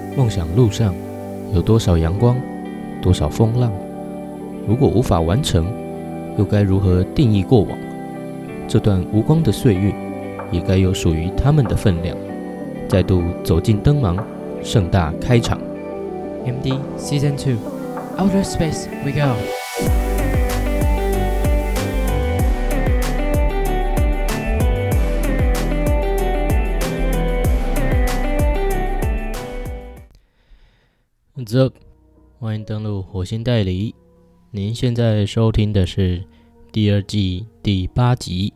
梦想路上有多少阳光，多少风浪？如果无法完成，又该如何定义过往？这段无光的岁月，也该有属于他们的分量。再度走进灯芒，盛大开场。 MD Season 2 Outer Space We Go。 What's up？ 欢迎登录火星代理。您现在收听的是第二季第8集。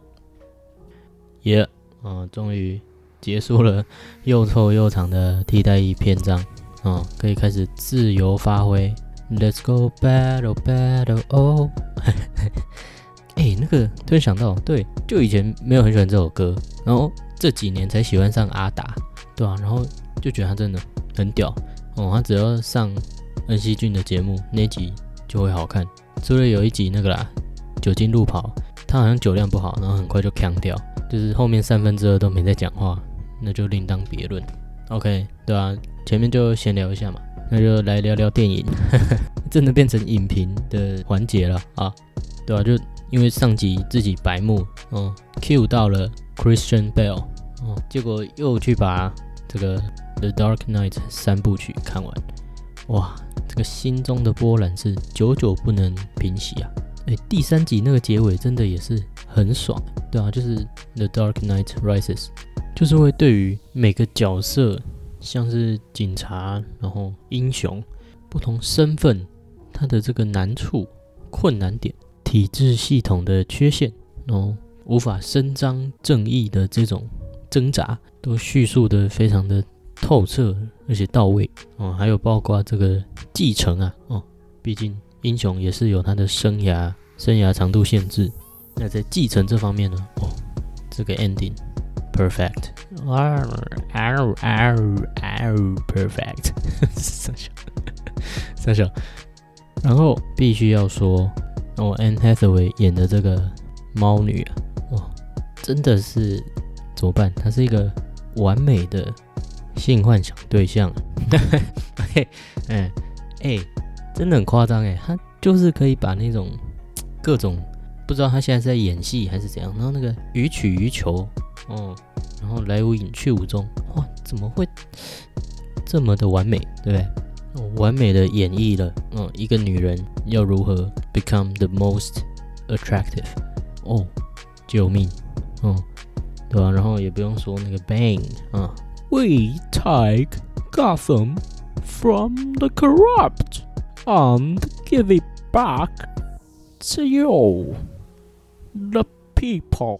终于结束了又臭又长的替代役篇章。可以开始自由发挥。Let's go battle battle oh 那个突然想到，对，就以前没有很喜欢这首歌，然后这几年才喜欢上阿达，对啊，然后就觉得他真的很屌。他只要上恩熙俊的节目那集就会好看，除了有一集那个啦，酒精路跑，他好像酒量不好，然后很快就呛掉，就是后面2/3都没在讲话，那就另当别论。OK， 对啊，前面就闲聊一下嘛，那就来聊聊电影，真的变成影评的环节了啊，对啊，就因为上集自己白目，cue 到了 Christian Bale，结果又去把这个The Dark Knight 3部曲看完，哇，这个心中的波澜是久久不能平息啊！第3集那个结尾真的也是很爽，对啊，就是 The Dark Knight Rises， 就是会对于每个角色，像是警察，然后英雄，不同身份，他的这个难处、困难点、体制系统的缺陷，然后无法伸张正义的这种挣扎，都叙述的非常的透彻而且到位还有包括这个继承啊毕竟英雄也是有他的生涯长度限制。那在继承这方面呢，这个 ending perfect perfect 三小。然后必须要说Anne Hathaway 演的这个猫女啊，真的是怎么办？她是一个完美的性幻想对象真的很夸张他就是可以把那种各种不知道他现在是在演戏还是怎样，然后那个予取予求然后来无影去无踪，哇，怎么会这么的完美，对不对？完美的演绎了一个女人要如何 become the most attractive， 救命对吧？然后也不用说那个 Bane We take Gotham from the corrupt and give it back to you, the people.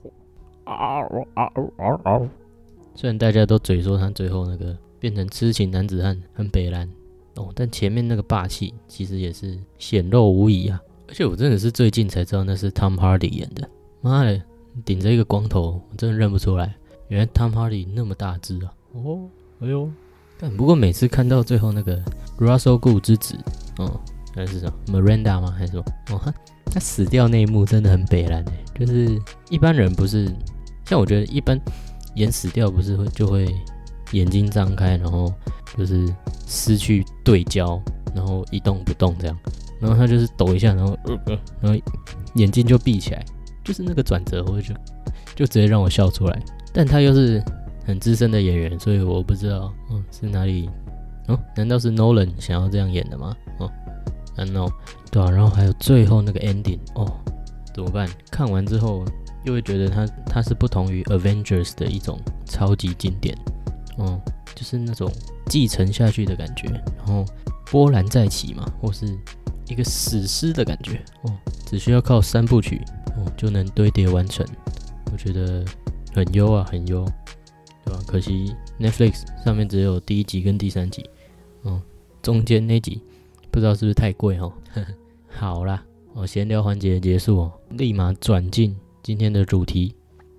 虽然大家都嘴说他最后那个变成痴情男子汉很北蓝但前面那个霸气其实也是显露无遗啊！而且我真的是最近才知道那是 Tom Hardy 演的，妈的，顶着一个光头，我真的认不出来，原来 Tom Hardy 那么大只啊！不过每次看到最后那个 Russell Gould 之子那是什么 Miranda 吗？还是什么？他死掉那一幕真的很北蓝就是一般人不是像我觉得一般演死掉不是就会眼睛张开，然后就是失去对焦，然后一动不动这样，然后他就是抖一下，然后眼睛就闭起来，就是那个转折，就直接让我笑出来。但他又是很资深的演员，所以我不知道是哪里难道是 Nolan 想要这样演的吗？I know， 对啊，然后还有最后那个 ending 怎么办？看完之后又会觉得它是不同于 Avengers 的一种超级经典就是那种继承下去的感觉，然后波澜再起嘛，或是一个史诗的感觉只需要靠3部曲就能堆叠完成，我觉得很优啊，很优，对吧？可惜 Netflix 上面只有第1集跟第3集中间那集不知道是不是太贵好啦，闲聊环节结束立马转进今天的主题。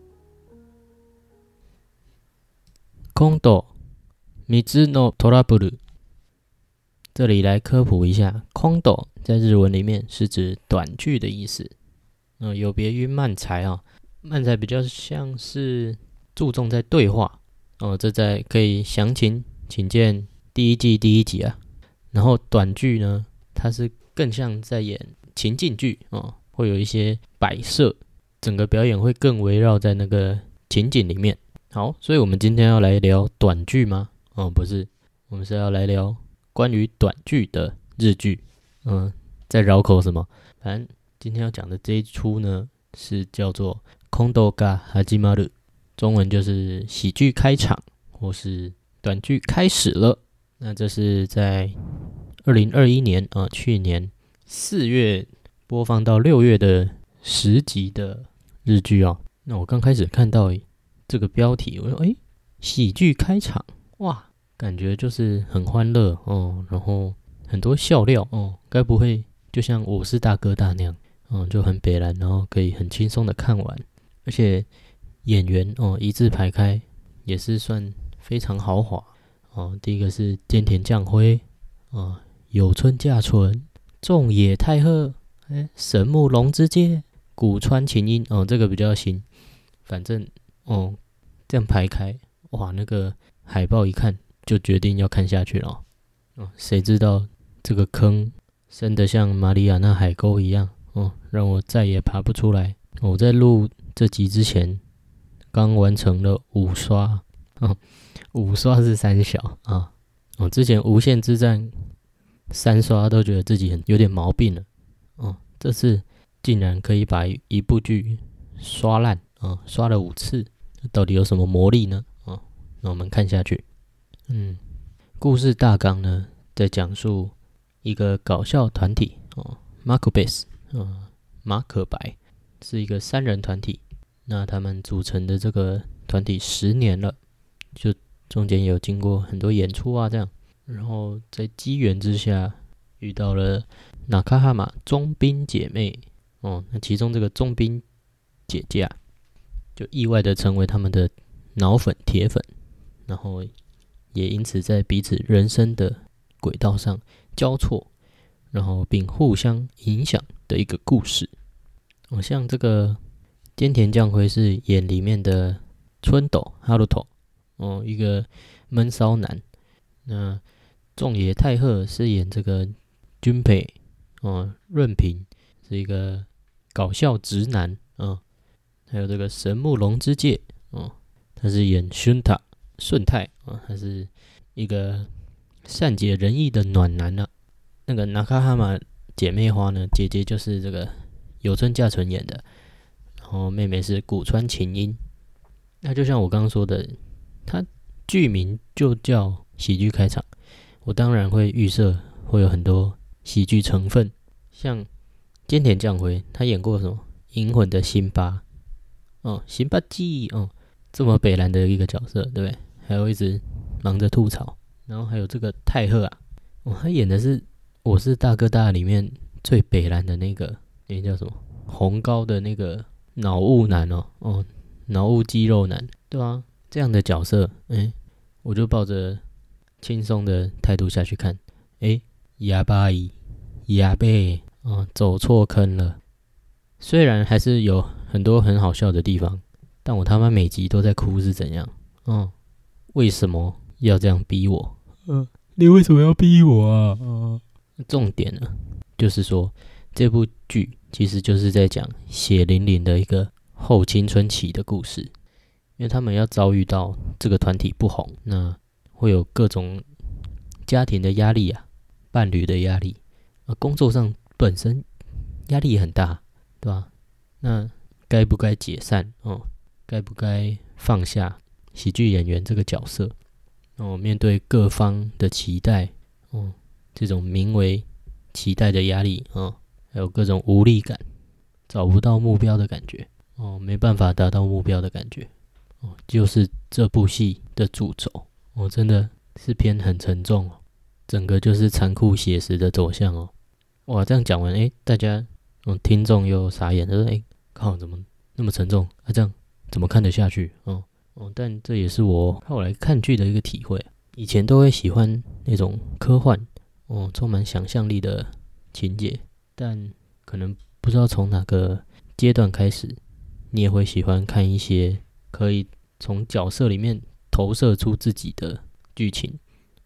空斗水のトラブル，这里来科普一下，空斗在日文里面是指短句的意思，有别于漫才漫才比较像是注重在对话这在可以详情请见第一季第一集啊。然后短剧呢，它是更像在演情境剧哦，会有一些摆设，整个表演会更围绕在那个情景里面。好，所以我们今天要来聊短剧吗？哦，不是，我们是要来聊关于短剧的日剧。在绕口什么？反正今天要讲的这一出呢，是叫做空洞が始まる，中文就是喜剧开场，或是短剧开始了。那这是在2021年去年4月播放到6月的10集的日剧哦。那我刚开始看到这个标题，我说喜剧开场，哇，感觉就是很欢乐哦，然后很多笑料哦，该不会就像我是大哥大那样，就很北蓝，然后可以很轻松的看完，而且演员一字排开，也是算非常豪华哦。第一个是菅田将晖有村架纯、仲野太贺、神木隆之介、古川琴音这个比较新。反正这样排开，哇，那个海报一看就决定要看下去了谁知道这个坑深得像马里亚纳海沟一样让我再也爬不出来。我在录这集之前刚完成了5刷5刷是3小之前无限之战3刷都觉得自己有点毛病了这次竟然可以把一部剧刷烂刷了5次，到底有什么魔力呢那我们看下去。故事大纲呢，在讲述一个搞笑团体Macbeth 马可白是一个3人团体。那他们组成的这个团体10年了，就中间有经过很多演出啊这样。然后在机缘之下遇到了纳卡哈马中兵姐妹那其中这个中兵姐姐就意外的成为他们的脑粉铁粉，然后也因此在彼此人生的轨道上交错，然后并互相影响的一个故事像这个菅田将晖是演里面的春斗哈鲁头一个闷骚男。那仲野太贺是演这个君培润平是一个搞笑直男还有这个神木隆之介他是演顺太他是一个善解人意的暖男那个纳卡哈马姐妹花呢，姐姐就是这个有村架纯演的，然后妹妹是古川琴音。那就像我刚刚说的，它剧名就叫喜剧开场，我当然会预设会有很多喜剧成分，像菅田将晖他演过什么银魂的辛巴辛巴记这么北蓝的一个角色，对不对？还有一直忙着吐槽。然后还有这个太贺他演的是我是大哥大里面最北蓝的那个叫什么红高的那个脑雾男脑雾肌肉男，对啊，这样的角色我就抱着轻松的态度下去看哑巴哑贝走错坑了。虽然还是有很多很好笑的地方，但我他妈每集都在哭是怎样为什么要这样逼我你为什么要逼我啊重点呢就是说这部剧其实就是在讲血淋淋的一个后青春期的故事。因为他们要遭遇到这个团体不红，那会有各种家庭的压力伴侣的压力工作上本身压力也很大，对吧？那该不该解散该不该放下喜剧演员这个角色面对各方的期待这种名为期待的压力还有各种无力感，找不到目标的感觉没办法达到目标的感觉就是这部戏的主轴真的是偏很沉重整个就是残酷写实的走向哇，这样讲完大家听众又傻眼了靠，怎么那么沉重这样怎么看得下去但这也是我后来看剧的一个体会。以前都会喜欢那种科幻充满想象力的情节，但可能不知道从哪个阶段开始，你也会喜欢看一些可以从角色里面投射出自己的剧情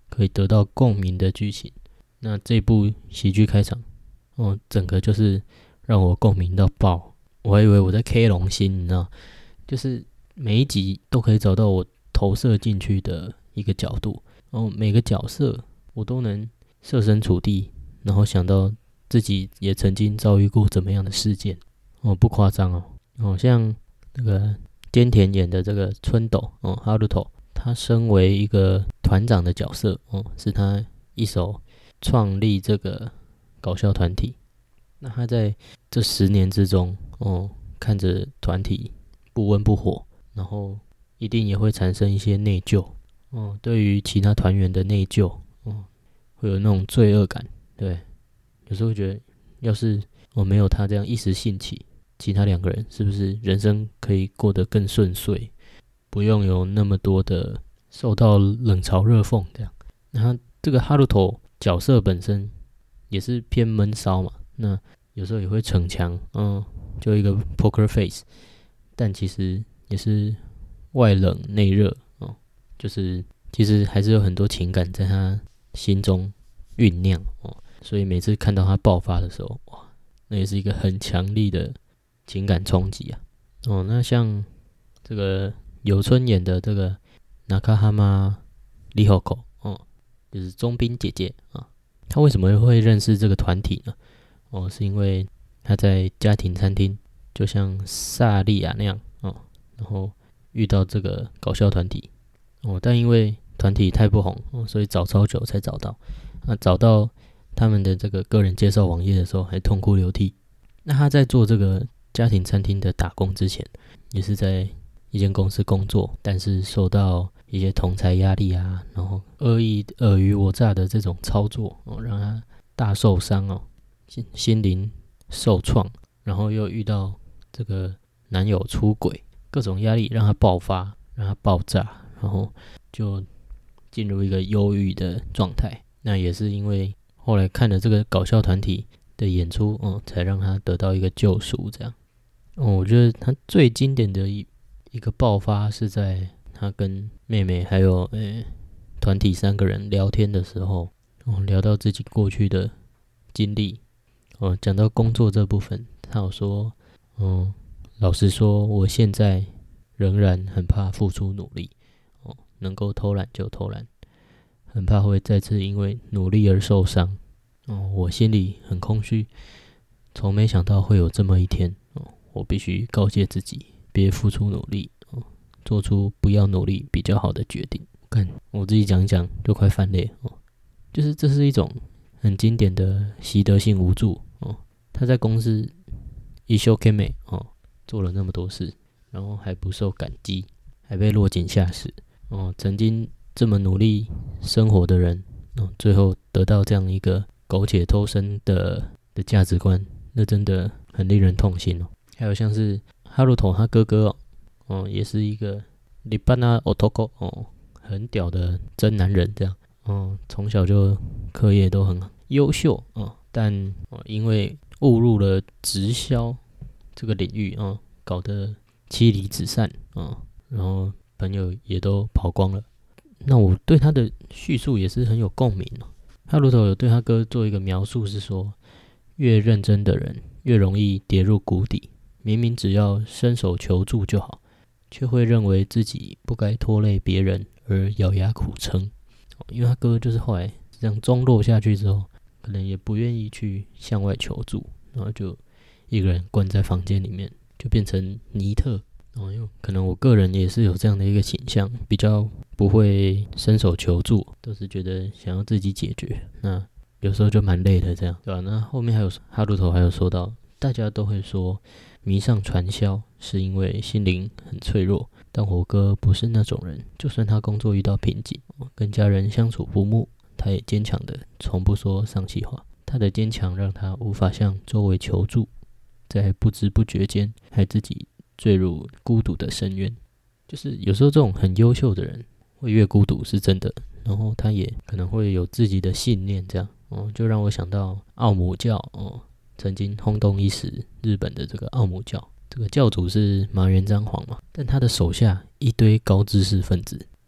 可以得到共鸣的剧情。那这部喜剧开场，整个就是让我共鸣到爆。我还以为我在 K 龙心，你知道，就是每一集都可以找到我投射进去的一个角度，然后每个角色我都能设身处地，然后想到自己也曾经遭遇过怎么样的事件。不夸张像那个菅田演的这个春斗哈鲁头，他身为一个团长的角色是他一手创立这个搞笑团体。那他在这10年之中看着团体不温不火，然后一定也会产生一些内疚对于其他团员的内疚会有那种罪恶感。对，有时候觉得要是没有他这样一时兴起，其他2个人是不是人生可以过得更顺遂，不用有那么多的受到冷嘲热讽这样。那这个哈鲁头角色本身也是偏闷骚嘛，那有时候也会逞强就一个 poker face， 但其实也是外冷内热就是其实还是有很多情感在他心中酝酿所以每次看到他爆发的时候，哇，那也是一个很强力的情感冲击啊。那像这个有村演的这个中浜里穂子就是中滨姐姐她为什么会认识这个团体呢？是因为她在家庭餐厅，就像萨莉亚那样然后遇到这个搞笑团体但因为团体太不红所以找超久才找到。那找到他们的这个个人介绍网页的时候，还痛哭流涕。那他在做这个家庭餐厅的打工之前，也是在一间公司工作，但是受到一些同侪压力啊，然后恶意尔虞我诈的这种操作让他大受伤心灵受创，然后又遇到这个男友出轨，各种压力让他爆发，让他爆炸，然后就进入一个忧郁的状态。那也是因为后来看了这个搞笑团体的演出才让他得到一个救赎这样。我觉得他最经典的一个爆发是在他跟妹妹还有团体3个人聊天的时候聊到自己过去的经历讲到工作这部分，他有说老实说我现在仍然很怕付出努力能够偷懒就偷懒，很怕会再次因为努力而受伤我心里很空虚，从没想到会有这么一天我必须告诫自己别付出努力做出不要努力比较好的决定。看我自己讲一讲就快翻脸就是这是一种很经典的习得性无助他在公司一生懸命做了那么多事，然后还不受感激，还被落井下石曾经这么努力生活的人最后得到这样一个苟且偷生的价值观，那真的很令人痛心还有像是哈鲁头他哥哥也是一个立派な男很屌的真男人这样从小就课业都很优秀但因为误入了直销这个领域搞得妻离子散然后朋友也都跑光了。那我对他的叙述也是很有共鸣哈鲁头有对他哥做一个描述，是说越认真的人越容易跌入谷底，明明只要伸手求助就好，却会认为自己不该拖累别人而咬牙苦撑因为他哥就是后来这样中落下去之后，可能也不愿意去向外求助，然后就一个人关在房间里面，就变成尼特因为可能我个人也是有这样的一个倾向，比较不会伸手求助，都是觉得想要自己解决，那有时候就蛮累的这样，对吧？那后面还有哈鲁头还有说到，大家都会说迷上传销是因为心灵很脆弱，但我哥不是那种人，就算他工作遇到瓶颈，跟家人相处不睦，他也坚强的从不说丧气话。他的坚强让他无法向周围求助，在不知不觉间还自己坠入孤独的深渊。就是有时候这种很优秀的人会越孤独是真的，然后他也可能会有自己的信念这样就让我想到奥姆教曾经轰动一时日本的这个奥姆教，这个教主是麻原彰晃嘛，但他的手下一堆高知识分子，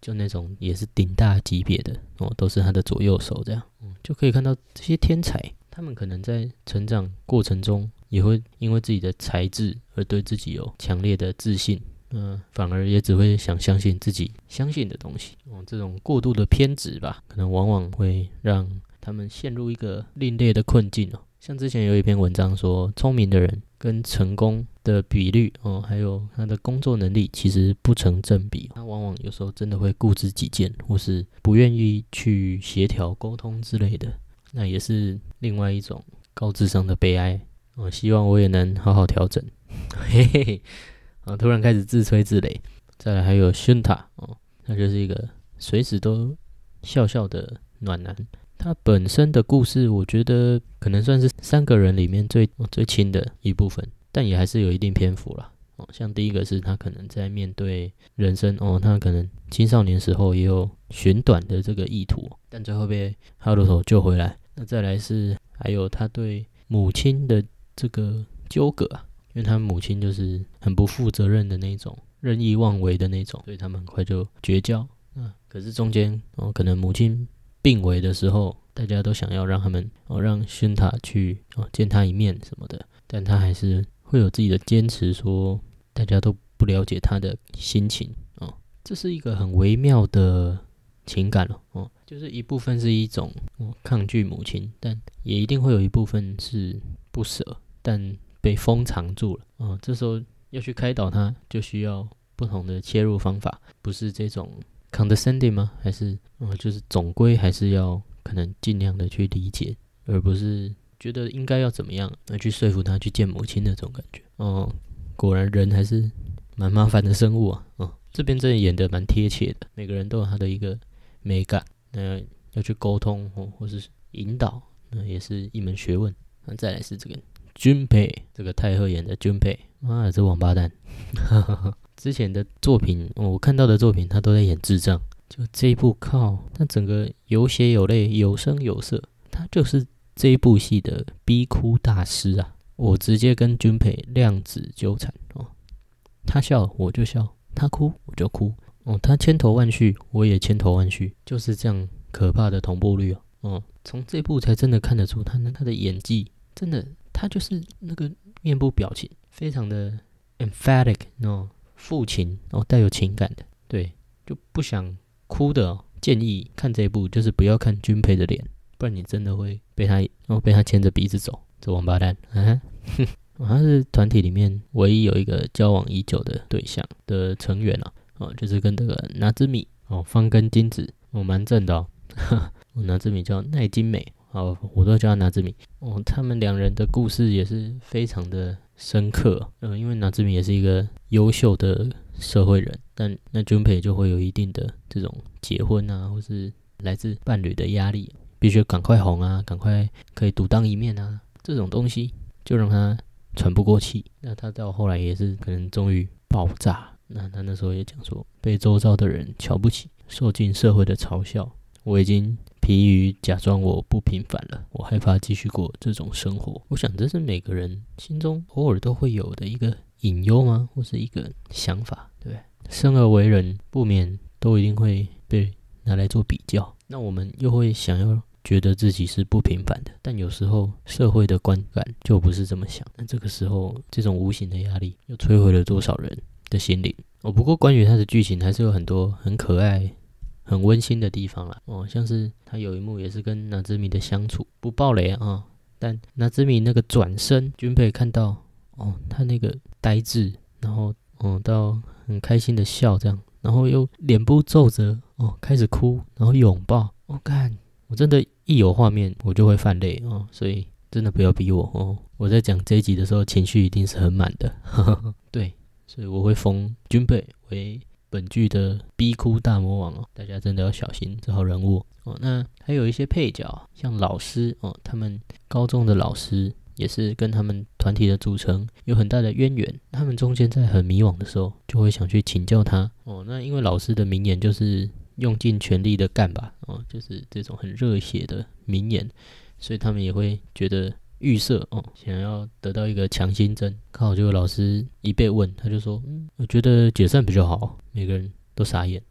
就那种也是顶大级别的都是他的左右手这样，就可以看到这些天才，他们可能在成长过程中也会因为自己的才智而对自己有强烈的自信，反而也只会想相信自己相信的东西，这种过度的偏执吧，可能往往会让他们陷入一个另类的困境像之前有一篇文章说，聪明的人跟成功的比率还有他的工作能力其实不成正比，他往往有时候真的会固执己见，或是不愿意去协调沟通之类的，那也是另外一种高智商的悲哀希望我也能好好调整嘿嘿嘿突然开始自吹自擂。再来还有熏塔他就是一个随时都笑笑的暖男，他本身的故事我觉得可能算是3个人里面最轻的一部分，但也还是有一定篇幅啦像第一个是他可能在面对人生他可能青少年时候也有寻短的这个意图但最后被哈鲁索救回来。那再来是还有他对母亲的这个纠葛因为他母亲就是很不负责任的那种，任意妄为的那种，所以他们很快就绝交可是中间可能母亲病危的时候，大家都想要让他们让熏塔去见他一面什么的，但他还是会有自己的坚持，说大家都不了解他的心情这是一个很微妙的情感就是一部分是一种抗拒母亲，但也一定会有一部分是不舍，但被封藏住了这时候要去开导他，就需要不同的切入方法，不是这种condescending 吗？还是就是总归还是要可能尽量的去理解，而不是觉得应该要怎么样而去说服他去见母亲的这种感觉果然人还是蛮麻烦的生物这边真的演得蛮贴切的，每个人都有他的一个美感，那要去沟通或是引导，那也是一门学问。那再来是这个Junpei，这个太赫演的Junpei，妈的这王八蛋之前的作品我看到的作品他都在演智障，就这一部靠他整个有血有泪有声有色，他就是这一部戏的逼哭大师我直接跟Junpei量子纠缠他笑我就笑，他哭我就哭他千头万绪我也千头万绪，就是这样可怕的同步率从这部才真的看得出他的演技真的，他就是那个面部表情非常的 emphatic 父亲带有情感的，对，就不想哭的建议看这一部就是不要看Junpei的脸，不然你真的会被他牵着鼻子走，这王八蛋他是团体里面唯一有一个交往已久的对象的成员就是跟这个拿之米方根金子蛮正的拿之米叫奈津美我都叫他拿之米他们两人的故事也是非常的深刻因为拿之米也是一个优秀的社会人，但那 Junpei 就会有一定的这种结婚或是来自伴侣的压力，必须赶快红赶快可以独当一面这种东西就让他喘不过气，那他到后来也是可能终于爆炸，那他那时候也讲说被周遭的人瞧不起，受尽社会的嘲笑，我已经疲于假装我不平凡了，我害怕继续过这种生活。我想这是每个人心中偶尔都会有的一个隐忧吗，或是一个想法，对不对？生而为人不免都一定会被拿来做比较，那我们又会想要觉得自己是不平凡的，但有时候社会的观感就不是这么想，那这个时候这种无形的压力又摧毁了多少人的心灵不过关于它的剧情还是有很多很可爱很温馨的地方啦像是他有一幕也是跟拿之米的相处，不爆雷但拿之米那个转身Junpei看到他那个呆滞，然后到很开心的笑这样，然后又脸部皱褶开始哭，然后拥抱干我真的一有画面我就会泛泪所以真的不要逼我我在讲这一集的时候情绪一定是很满的对，所以我会封Junpei为本剧的逼哭大魔王大家真的要小心这号人物那还有一些配角像老师他们高中的老师也是跟他们团体的组成有很大的渊源，他们中间在很迷惘的时候就会想去请教他那因为老师的名言就是用尽全力的干吧就是这种很热血的名言，所以他们也会觉得预设想要得到一个强心针，刚好就有老师一被问他就说我觉得解散比较好，每个人都傻眼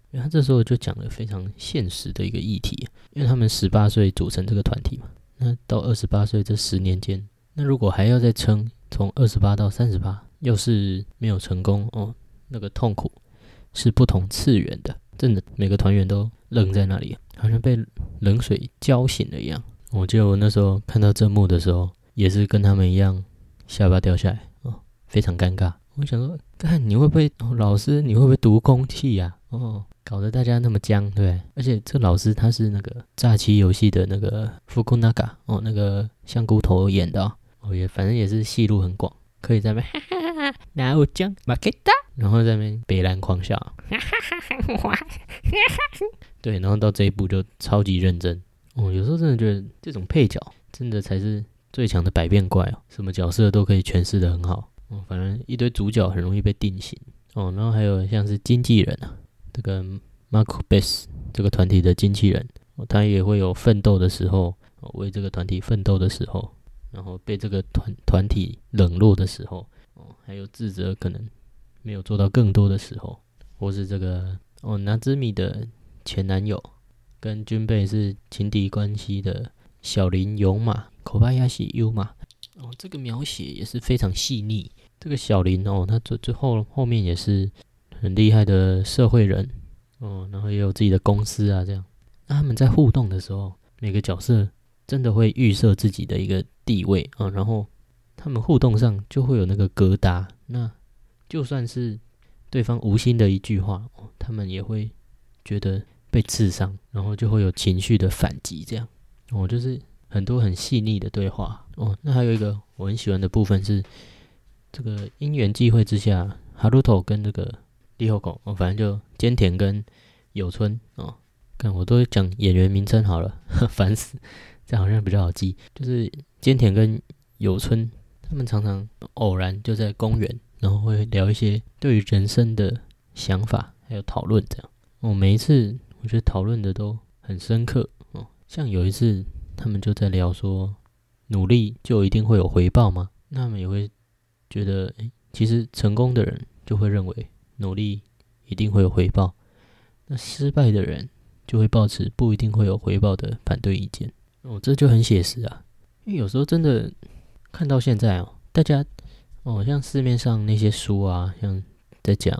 因为他这时候就讲了非常现实的一个议题，因为他们18岁组成这个团体嘛，那到28岁这10年间，那如果还要再撑，从28到38，又是没有成功哦，那个痛苦是不同次元的，真的每个团员都愣在那里，好像被冷水浇醒了一样。我记得我那时候看到这幕的时候，也是跟他们一样，下巴掉下来哦，非常尴尬。我想说，看你会不会、老师你会不会读空气呀？搞得大家那么僵，对不对？而且这老师他是那个诈欺游戏的那个Fukunaga那个香菇头演的也反正也是戏路很广，可以在那边哈哈哈哈，哪有讲马克达，然后在那边北兰狂笑，哈哈哈哈，对，然后到这一步就超级认真有时候真的觉得这种配角真的才是最强的百变怪什么角色都可以诠释得很好反正一堆主角很容易被定型然后还有像是经纪人这个 Marco Bass 这个团体的经纪人他也会有奋斗的时候为这个团体奋斗的时候，然后被这个团体冷落的时候还有自责可能没有做到更多的时候，或是这个Nazumi 的前男友跟军备是情敌关系的小林勇马 Kobayashi Yuma 这个描写也是非常细腻。这个小林他最后面也是很厉害的社会人然后也有自己的公司这样。那他们在互动的时候，每个角色真的会预设自己的一个地位然后他们互动上就会有那个疙瘩。那就算是对方无心的一句话他们也会觉得被刺伤，然后就会有情绪的反击，这样就是很多很细腻的对话那还有一个我很喜欢的部分是这个因缘际会之下，Haruto 跟这个Ryoko反正就菅田跟有村看我都讲演员名称好了烦死，这样好像比较好记。就是菅田跟有村他们常常偶然就在公园，然后会聊一些对于人生的想法还有讨论这样每一次我觉得讨论的都很深刻像有一次他们就在聊说努力就一定会有回报吗？那他们也会觉得其实成功的人就会认为努力一定会有回报，那失败的人就会抱持不一定会有回报的反对意见这就很写实因为有时候真的看到现在大家像市面上那些书像在讲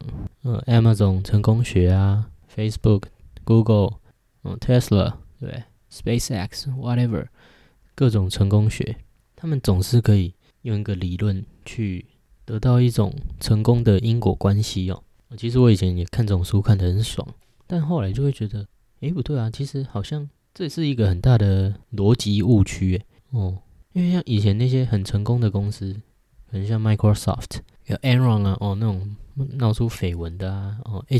Amazon 成功学Facebook Google Tesla 对 SpaceX whatever 各种成功学，他们总是可以用一个理论去得到一种成功的因果关系其实我以前也看这种书看得很爽，但后来就会觉得不对其实好像这是一个很大的逻辑误区因为像以前那些很成功的公司，很像 Microsoft 有 Enron 那种闹出绯闻的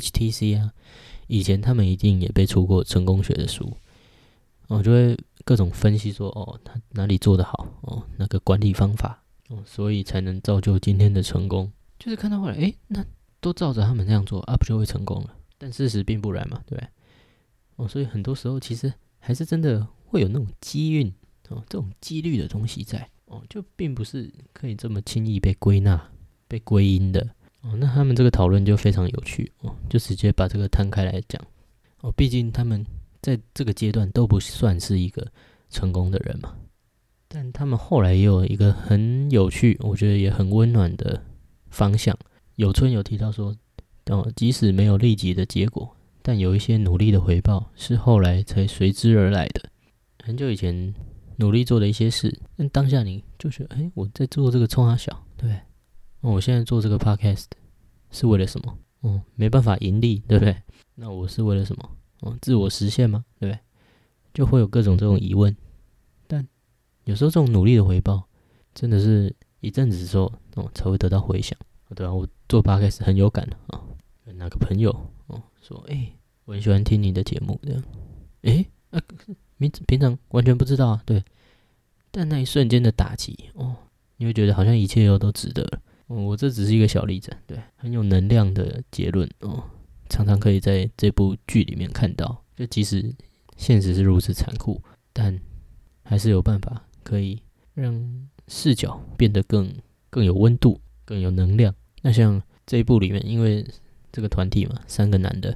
HTC 以前他们一定也被出过成功学的书就会各种分析说他哪里做得好那个管理方法所以才能造就今天的成功。就是看到后来那都照着他们这样做不就会成功了？但事实并不然嘛，对不对所以很多时候其实还是真的会有那种机运这种几率的东西在就并不是可以这么轻易被归纳被归因的那他们这个讨论就非常有趣就直接把这个摊开来讲毕竟他们在这个阶段都不算是一个成功的人嘛，但他们后来也有一个很有趣我觉得也很温暖的方向。有村有提到说即使没有立即的结果，但有一些努力的回报是后来才随之而来的。很久以前努力做的一些事，但当下你就觉得我在做这个冲他小，对不对我现在做这个 podcast 是为了什么没办法盈利，对不对？那我是为了什么自我实现吗？对不对？就会有各种这种疑问。但有时候这种努力的回报真的是一阵子之后才会得到回响对我做 podcast 很有感哪个朋友说我很喜欢听你的节目这样平常完全不知道对，但那一瞬间的打击你会觉得好像一切都值得了我这只是一个小例子，对，很有能量的结论常常可以在这部剧里面看到，就即使现实是如此残酷，但还是有办法可以让视角变得更有温度，更有能量。那像这一部里面，因为这个团体嘛，3个男的，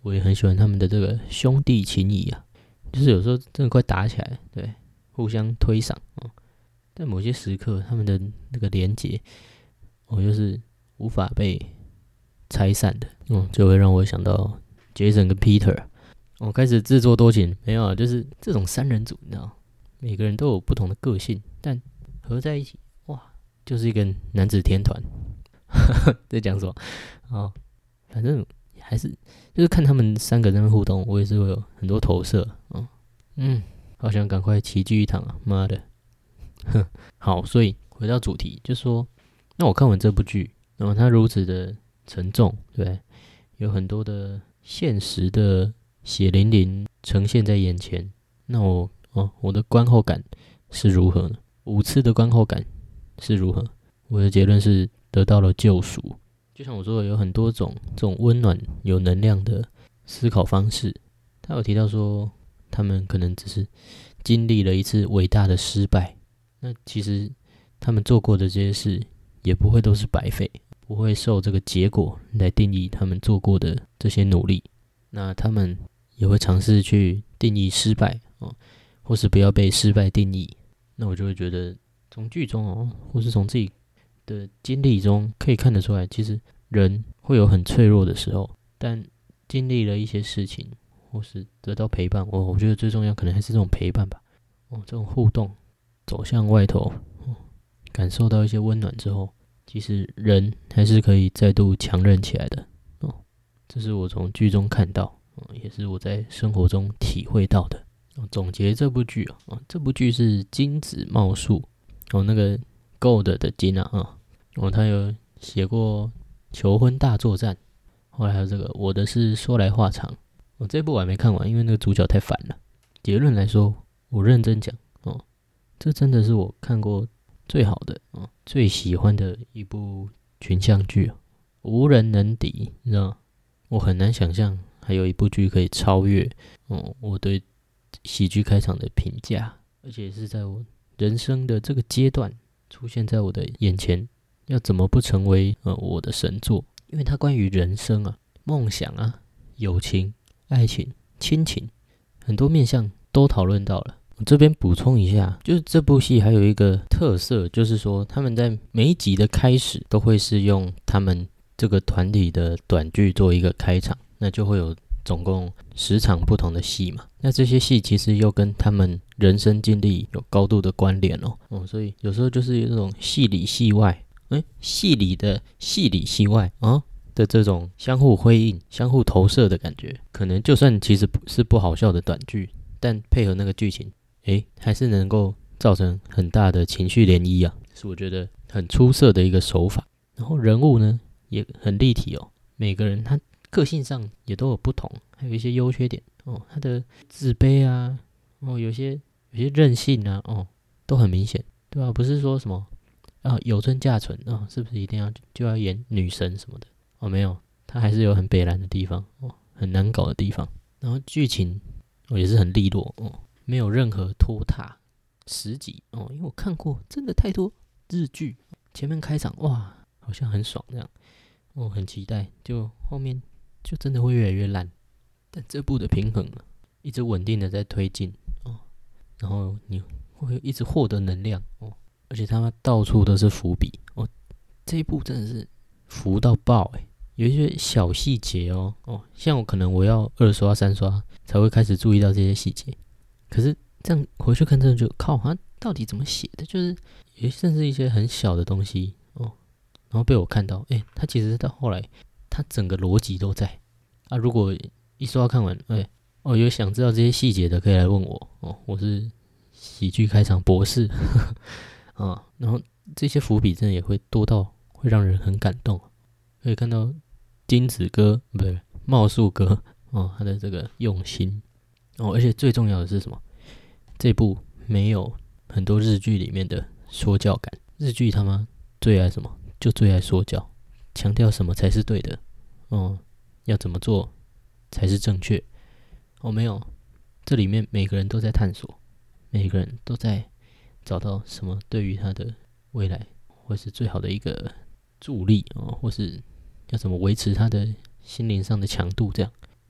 我也很喜欢他们的这个兄弟情谊啊，就是有时候真的快打起来，对，互相推搡但某些时刻他们的那个连结，就是无法被拆散的，就会让我想到 Jason 跟 Peter。开始自作多情，没有啊，就是这种三人组，你知道，每个人都有不同的个性，但合在一起，哇，就是一个男子天团。在讲什么？反正还是就是看他们三个在那互动，我也是会有很多投射。好想赶快齐聚一堂啊！妈的，好，所以回到主题，就说，那我看完这部剧，然后它如此的沉重，对，有很多的现实的血淋淋呈现在眼前，那我的观后感是如何呢？5次的观后感是如何？我的结论是得到了救赎。就像我说的，有很多种这种温暖、有能量的思考方式。他有提到说，他们可能只是经历了一次伟大的失败，那其实他们做过的这些事也不会都是白费，不会受这个结果来定义他们做过的这些努力。那他们也会尝试去定义失败或是不要被失败定义。那我就会觉得，从剧中或是从自己的经历中可以看得出来，其实人会有很脆弱的时候，但经历了一些事情，或是得到陪伴，我觉得最重要可能还是这种陪伴吧。这种互动，走向外头，感受到一些温暖之后，其实人还是可以再度强韧起来的。这是我从剧中看到，也是我在生活中体会到的。总结这部剧这部剧是金子茂树那个 Gold 的金他有写过求婚大作战，后来还有这个我的是说来话长。这部我还没看完，因为那个主角太烦了。结论来说，我认真讲这真的是我看过最好的最喜欢的一部群像剧无人能敌，你知道吗？我很难想象还有一部剧可以超越我对喜剧开场的评价，而且是在我人生的这个阶段出现在我的眼前，要怎么不成为我的神作？因为它关于人生梦想友情、爱情、亲情，很多面向都讨论到了。我这边补充一下，就是这部戏还有一个特色，就是说他们在每一集的开始都会是用他们这个团体的短剧做一个开场，那就会有总共10场不同的戏嘛。那这些戏其实又跟他们人生经历有高度的关联所以有时候就是有这种戏里戏外，戏里的戏里戏外的这种相互辉映、相互投射的感觉，可能就算其实是不好笑的短剧，但配合那个剧情，还是能够造成很大的情绪涟漪是我觉得很出色的一个手法。然后人物呢也很立体每个人他个性上也都有不同，还有一些优缺点他的自卑有些任性都很明显，对吧？不是说什么有村架纯是不是一定就要演女神什么的没有，他还是有很北蓝的地方很难搞的地方。然后剧情也是很利落没有任何拖沓。10集因为我看过真的太多日剧，前面开场哇好像很爽这样很期待，就后面就真的会越来越烂。但这部的平衡一直稳定的在推进然后你会一直获得能量而且他们到处都是伏笔这一部真的是伏到爆有一些小细节像我要2刷3刷才会开始注意到这些细节，可是这样回去看真的就靠他到底怎么写的，就是甚至一些很小的东西然后被我看到他其实到后来他整个逻辑都在如果一刷看完有想知道这些细节的可以来问我我是喜剧开场博士然后这些伏笔真的也会多到会让人很感动，可以看到金子哥不是茂树哥他的这个用心而且最重要的是什么？这部没有很多日剧里面的说教感，日剧他妈最爱什么？就最爱说教，强调什么才是对的要怎么做才是正确没有，这里面每个人都在探索，每个人都在找到什么对于他的未来会是最好的一个助力或是要怎么维持他的心灵上的强度这样。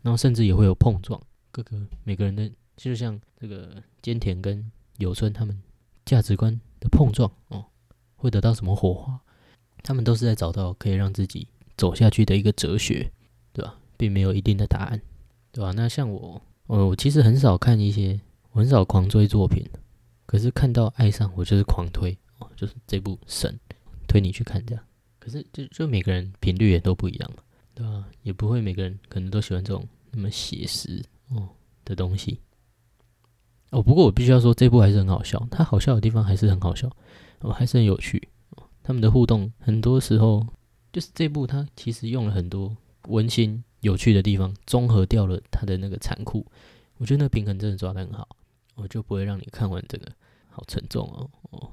然后甚至也会有碰撞，每个人的就像这个菅田跟有村他们价值观的碰撞会得到什么火花？他们都是在找到可以让自己走下去的一个哲学，对吧？并没有一定的答案，对吧？那像我其实很少看我很少狂追作品，可是看到爱上我就是狂推就是这部神推你去看这样。可是就每个人频率也都不一样嘛，对吧？也不会每个人可能都喜欢这种那么写实的东西。不过我必须要说，这部还是很好笑，它好笑的地方还是很好笑，还是很有趣。他们的互动很多时候就是这部它其实用了很多温馨有趣的地方，综合掉了它的那个残酷。我觉得那个平衡真的抓得很好，就不会让你看完这个好沉重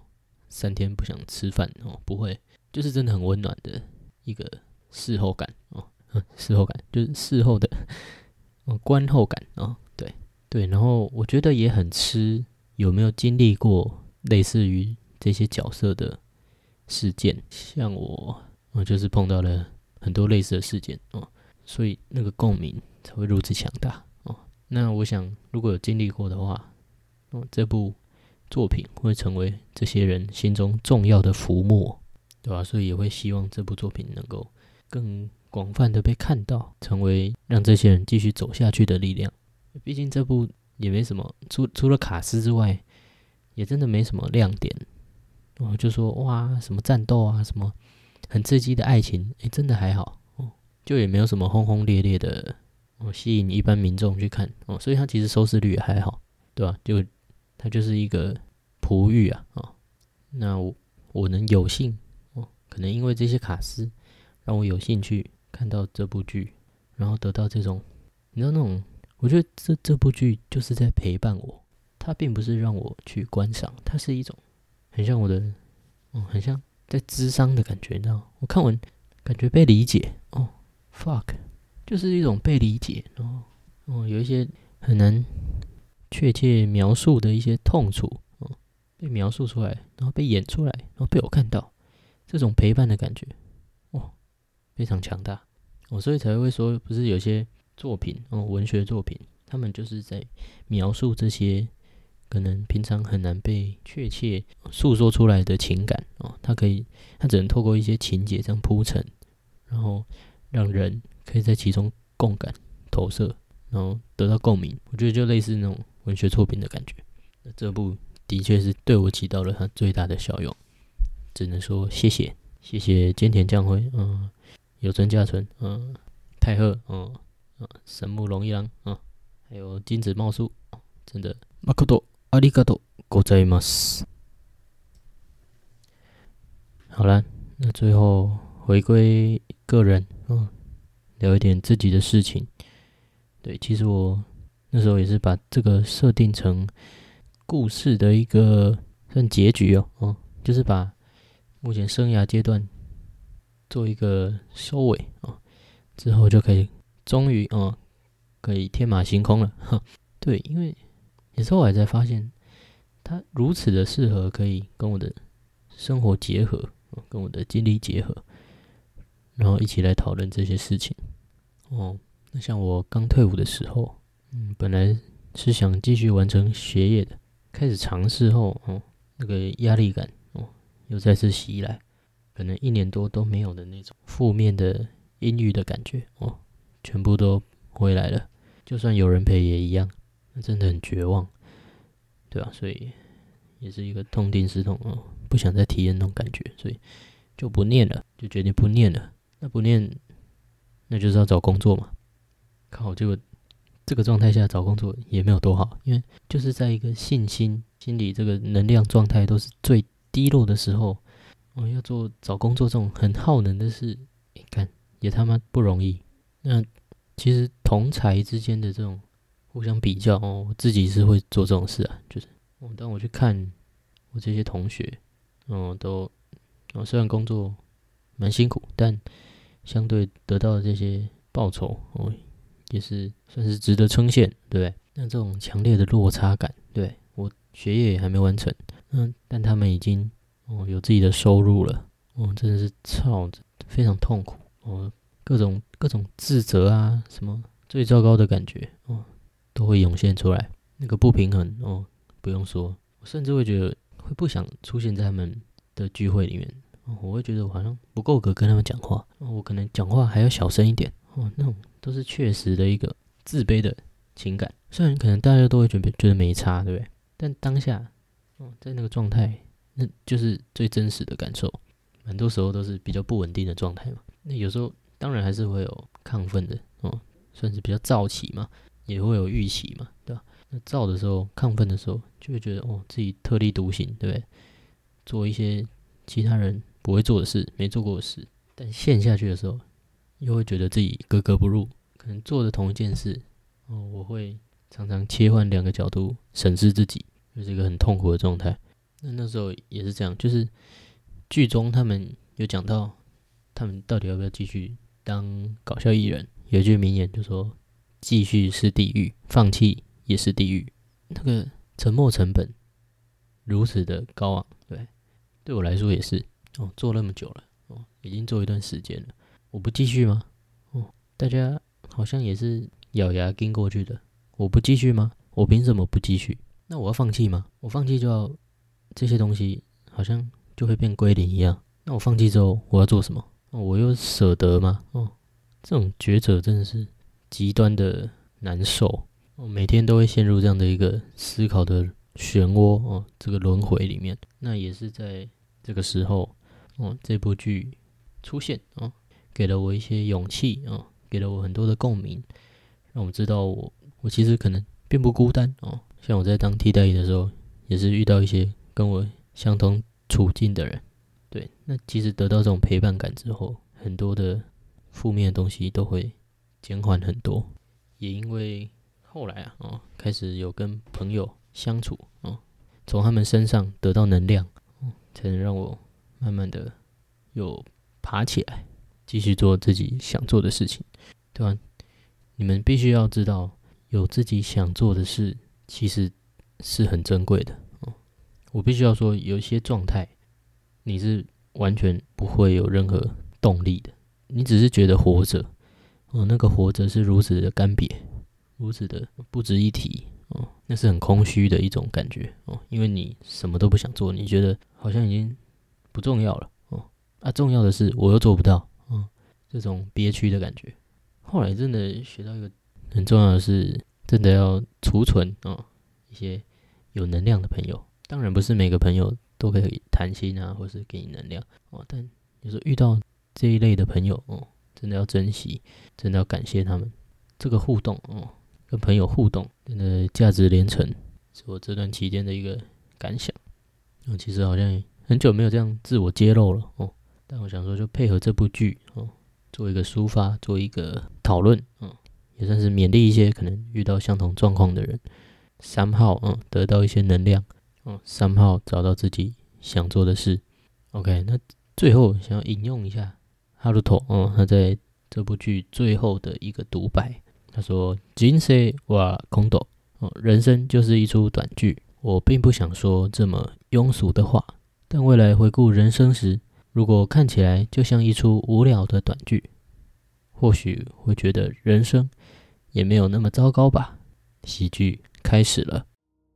3天不想吃饭不会，就是真的很温暖的一个事后感事后感就是事后的观后感对，然后我觉得也很吃有没有经历过类似于这些角色的事件，像我就是碰到了很多类似的事件所以那个共鸣才会如此强大那我想如果有经历过的话这部作品会成为这些人心中重要的浮木，对吧？所以也会希望这部作品能够更广泛的被看到，成为让这些人继续走下去的力量。毕竟这部也没什么，除了卡斯之外，也真的没什么亮点就说哇什么战斗啊，什么很刺激的爱情，真的还好就也没有什么轰轰烈烈的吸引一般民众去看所以它其实收视率也还好，对吧？就它就是一个璞玉那我能有幸可能因为这些卡司让我有兴趣看到这部剧，然后得到这种你知道那种，我觉得这部剧就是在陪伴我，它并不是让我去观赏，它是一种很像我的很像在諮商的感觉，你知道吗？我看完感觉被理解fuck， 就是一种被理解，然后有一些很难确切描述的一些痛楚被描述出来，然后被演出来，然后被我看到，这种陪伴的感觉非常强大所以才会说不是有些作品文学作品他们就是在描述这些可能平常很难被确切诉说出来的情感它只能透过一些情节这样铺陈，然后让人可以在其中共感投射，然后得到共鸣。我觉得就类似那种文学作品的感觉，这部的确是对我起到了它最大的效用，只能说谢谢菅田将晖有村架纯太赫神木隆一郎还有金子茂树真的誠ありがとうございます。好了，那最后回归个人聊一点自己的事情。对，其实我那时候也是把这个设定成故事的一个算结局就是把目前生涯阶段做一个收尾之后就可以终于可以天马行空了对，因为也是后来才发现它如此的适合可以跟我的生活结合跟我的经历结合，然后一起来讨论这些事情那像我刚退伍的时候本来是想继续完成学业的，开始尝试后那个压力感又再次袭来，可能1年多都没有的那种负面的阴郁的感觉全部都回来了，就算有人陪也一样，那真的很绝望，对吧？所以也是一个痛定思痛不想再体验那种感觉，所以就不念了，就决定不念了。那不念，那就是要找工作嘛。靠，结果这个状态下找工作也没有多好，因为就是在一个心理这个能量状态都是最低落的时候要找工作这种很耗能的事干也他妈不容易。那其实同才之间的这种互相比较我自己是会做这种事就是当我去看我这些同学都虽然工作蛮辛苦，但相对得到的这些报酬也是算是值得称羡，对不对？那这种强烈的落差感，对，我学业也还没完成但他们已经有自己的收入了真的是非常痛苦各种自责啊，什么最糟糕的感觉都会涌现出来。那个不平衡不用说，我甚至会觉得会不想出现在他们的聚会里面。我会觉得我好像不够格跟他们讲话，我可能讲话还要小声一点。那种都是确实的一个自卑的情感。虽然可能大家都会觉得没差，对不对？但当下在那个状态，那就是最真实的感受。很多时候都是比较不稳定的状态嘛。那有时候当然还是会有亢奋的算是比较躁起嘛，也会有预期嘛，对吧？那躁的时候、亢奋的时候，就会觉得自己特立独行，对不对？做一些其他人不会做的事、没做过的事。但陷下去的时候，又会觉得自己格格不入。可能做的同一件事我会常常切换两个角度审视自己，就是一个很痛苦的状态。那时候也是这样，就是剧中他们有讲到，他们到底要不要继续当搞笑艺人。有一句名言就说，继续是地狱，放弃也是地狱。那个沉没成本如此的高昂，对我来说也是做那么久了已经做一段时间了，我不继续吗？大家好像也是咬牙跟过去的，我不继续吗？我凭什么不继续？那我要放弃吗？我放弃就要这些东西好像就会变归零一样。那我放弃之后我要做什么？我又舍得吗？这种抉择真的是极端的难受。每天都会陷入这样的一个思考的漩涡这个轮回里面。那也是在这个时候这部剧出现给了我一些勇气给了我很多的共鸣，让我知道我其实可能并不孤单像我在当替代役的时候，也是遇到一些跟我相同处境的人。对，那其实得到这种陪伴感之后，很多的负面的东西都会减缓很多。也因为后来开始有跟朋友相处从他们身上得到能量才能让我慢慢的有爬起来，继续做自己想做的事情，对吧？你们必须要知道，有自己想做的事其实是很珍贵的我必须要说，有一些状态你是完全不会有任何动力的，你只是觉得活着那个活着是如此的干瘪，如此的不值一提那是很空虚的一种感觉因为你什么都不想做，你觉得好像已经不重要了重要的是我又做不到这种憋屈的感觉。后来真的学到一个很重要的是，真的要储存一些有能量的朋友。当然不是每个朋友都可以谈心或是给你能量但有时候遇到这一类的朋友真的要珍惜，真的要感谢他们。这个互动跟朋友互动真的价值连城，是我这段期间的一个感想其实好像很久没有这样自我揭露了但我想说就配合这部剧做一个抒发，做一个讨论也算是勉励一些可能遇到相同状况的人，somehow得到一些能量somehow找到自己想做的事。 OK， 那最后想要引用一下哈鲁头他在这部剧最后的一个独白，他说人生は空洞人生就是一出短剧。我并不想说这么庸俗的话，但未来回顾人生时，如果看起来就像一出无聊的短剧，或许会觉得人生也没有那么糟糕吧。喜剧开始了。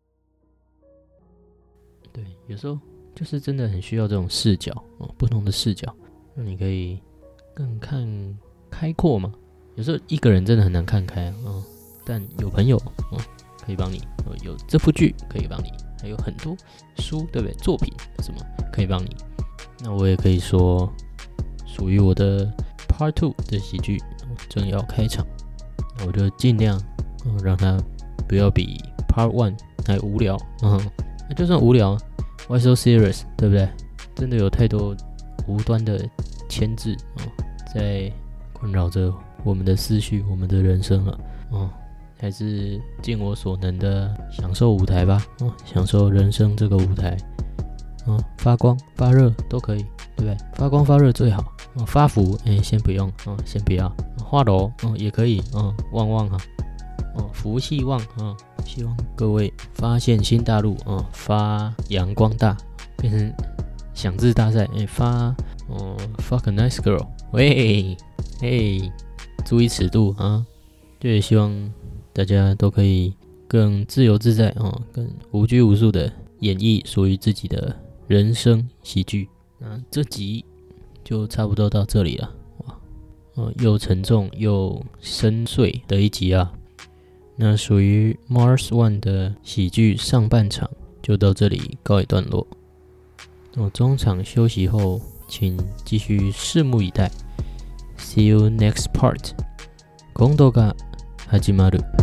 对，有时候就是真的很需要这种视角不同的视角，让你可以更看开阔嘛。有时候一个人真的很难看开但有朋友可以帮你，有这部剧可以帮你，还有很多书，对不对？作品什么可以帮你。那我也可以说，属于我的 Part 2的喜剧正要开场，那我就尽量让它不要比 Part 1还无聊就算无聊 Why so serious， 对不对？真的有太多无端的牵制在困扰着我们的思绪，我们的人生了还是尽我所能的享受舞台吧享受人生这个舞台发光发热都可以，对不对？发光发热最好发福先不用先不要，花楼也可以旺旺福气旺希望各位发现新大陆发扬光大，变成想字大赛发fuck a nice girl， 喂注意尺度就也希望大家都可以更自由自在更无拘无束的演绎属于自己的人生喜剧。那这集就差不多到这里了，又沉重又深邃的一集啊。那属于 Mars One 的喜剧上半场就到这里告一段落。中场休息后，请继续拭目以待。See you next part。今度が始まる。